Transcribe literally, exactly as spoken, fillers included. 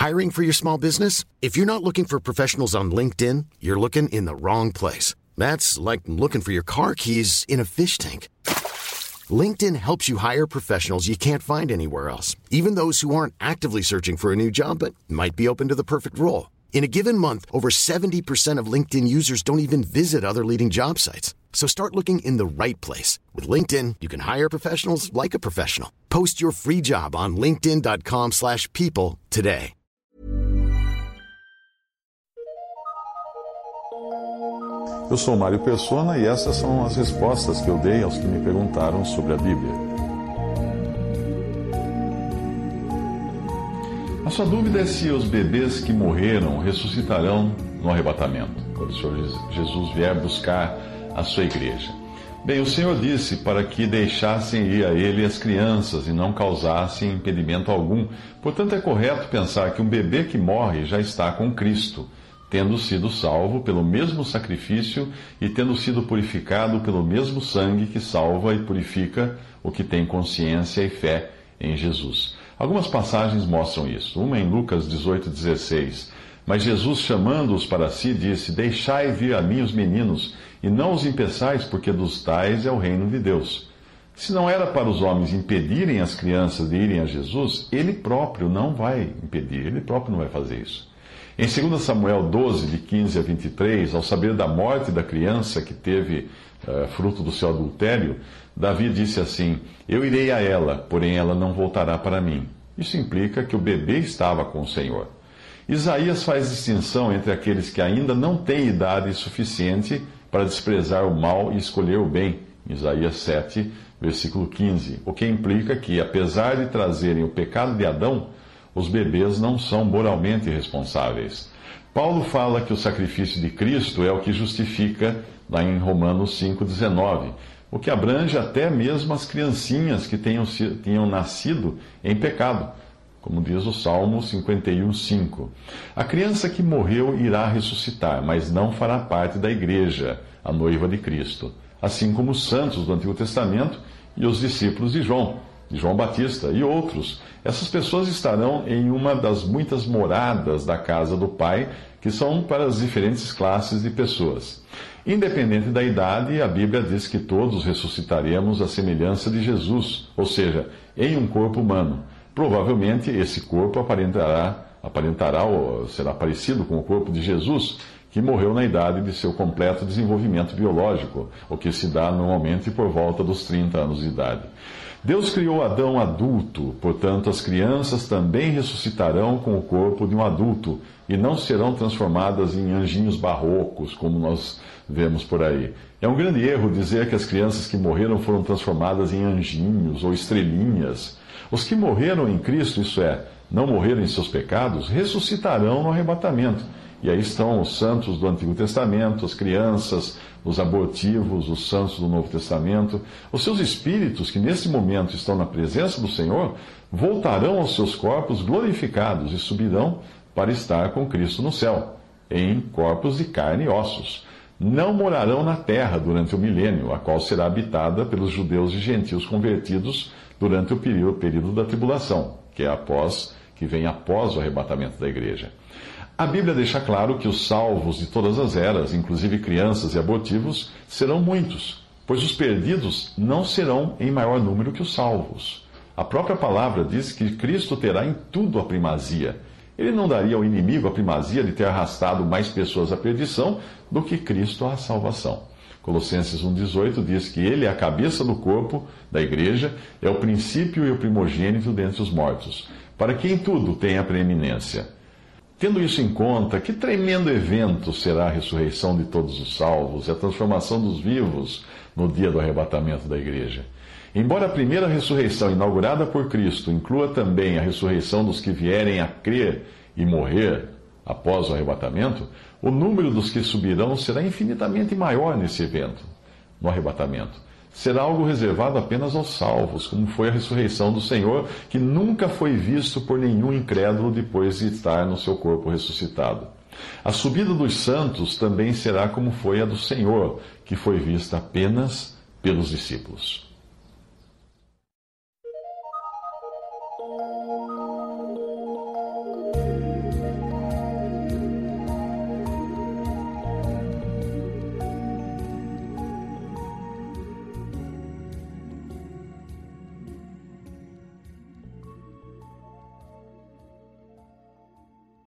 Hiring for your small business? If you're not looking for professionals on LinkedIn, you're looking in the wrong place. That's like looking for your car keys in a fish tank. LinkedIn helps you hire professionals you can't find anywhere else, even those who aren't actively searching for a new job but might be open to the perfect role. In a given month, over seventy percent of LinkedIn users don't even visit other leading job sites. So start looking in the right place. With LinkedIn, you can hire professionals like a professional. Post your free job on linkedin dot com slash people today. Eu sou Mário Persona e essas são as respostas que eu dei aos que me perguntaram sobre a Bíblia. A sua dúvida é se os bebês que morreram ressuscitarão no arrebatamento, quando o Senhor Jesus vier buscar a sua igreja. Bem, o Senhor disse para que deixassem ir a Ele as crianças e não causassem impedimento algum. Portanto, é correto pensar que um bebê que morre já está com Cristo, tendo sido salvo pelo mesmo sacrifício e tendo sido purificado pelo mesmo sangue que salva e purifica o que tem consciência e fé em Jesus. Algumas passagens mostram isso. Uma em Lucas dezoito, dezesseis. Mas Jesus, chamando-os para si, disse: Deixai vir a mim os meninos, e não os impeçais, porque dos tais é o reino de Deus. Se não era para os homens impedirem as crianças de irem a Jesus, Ele próprio não vai impedir, Ele próprio não vai fazer isso. Em dois Samuel doze, de quinze a vinte e três, ao saber da morte da criança que teve uh, fruto do seu adultério, Davi disse assim: Eu irei a ela, porém ela não voltará para mim. Isso implica que o bebê estava com o Senhor. Isaías faz distinção entre aqueles que ainda não têm idade suficiente para desprezar o mal e escolher o bem. Isaías sete, versículo quinze. O que implica que, apesar de trazerem o pecado de Adão, os bebês não são moralmente responsáveis. Paulo fala que o sacrifício de Cristo é o que justifica, lá em Romanos cinco, dezenove, o que abrange até mesmo as criancinhas que tenham, tenham nascido em pecado, como diz o Salmo cinquenta e um, cinco. A criança que morreu irá ressuscitar, mas não fará parte da igreja, a noiva de Cristo, assim como os santos do Antigo Testamento e os discípulos de João, de João Batista e outros. Essas pessoas estarão em uma das muitas moradas da casa do Pai, que são para as diferentes classes de pessoas. Independente da idade, a Bíblia diz que todos ressuscitaremos à semelhança de Jesus, ou seja, em um corpo humano. Provavelmente esse corpo aparentará, aparentará ou será parecido com o corpo de Jesus, que morreu na idade de seu completo desenvolvimento biológico, o que se dá normalmente por volta dos trinta anos de idade. Deus criou Adão adulto, portanto as crianças também ressuscitarão com o corpo de um adulto e não serão transformadas em anjinhos barrocos, como nós vemos por aí. É um grande erro dizer que as crianças que morreram foram transformadas em anjinhos ou estrelinhas. Os que morreram em Cristo, isso é, não morreram em seus pecados, ressuscitarão no arrebatamento. E aí estão os santos do Antigo Testamento, as crianças, os abortivos, os santos do Novo Testamento. Os seus espíritos, que nesse momento estão na presença do Senhor, voltarão aos seus corpos glorificados e subirão para estar com Cristo no céu, em corpos de carne e ossos. Não morarão na terra durante o milênio, a qual será habitada pelos judeus e gentios convertidos durante o período, período da tribulação, que é após, que vem após o arrebatamento da igreja. A Bíblia deixa claro que os salvos de todas as eras, inclusive crianças e abortivos, serão muitos, pois os perdidos não serão em maior número que os salvos. A própria palavra diz que Cristo terá em tudo a primazia. Ele não daria ao inimigo a primazia de ter arrastado mais pessoas à perdição do que Cristo à salvação. Colossenses um, dezoito diz que ele é a cabeça do corpo da igreja, é o princípio e o primogênito dentre os mortos, para que em tudo tenha preeminência. Tendo isso em conta, que tremendo evento será a ressurreição de todos os salvos e a transformação dos vivos no dia do arrebatamento da igreja. Embora a primeira ressurreição inaugurada por Cristo inclua também a ressurreição dos que vierem a crer e morrer após o arrebatamento, o número dos que subirão será infinitamente maior nesse evento, no arrebatamento. Será algo reservado apenas aos salvos, como foi a ressurreição do Senhor, que nunca foi visto por nenhum incrédulo depois de estar no seu corpo ressuscitado. A subida dos santos também será como foi a do Senhor, que foi vista apenas pelos discípulos.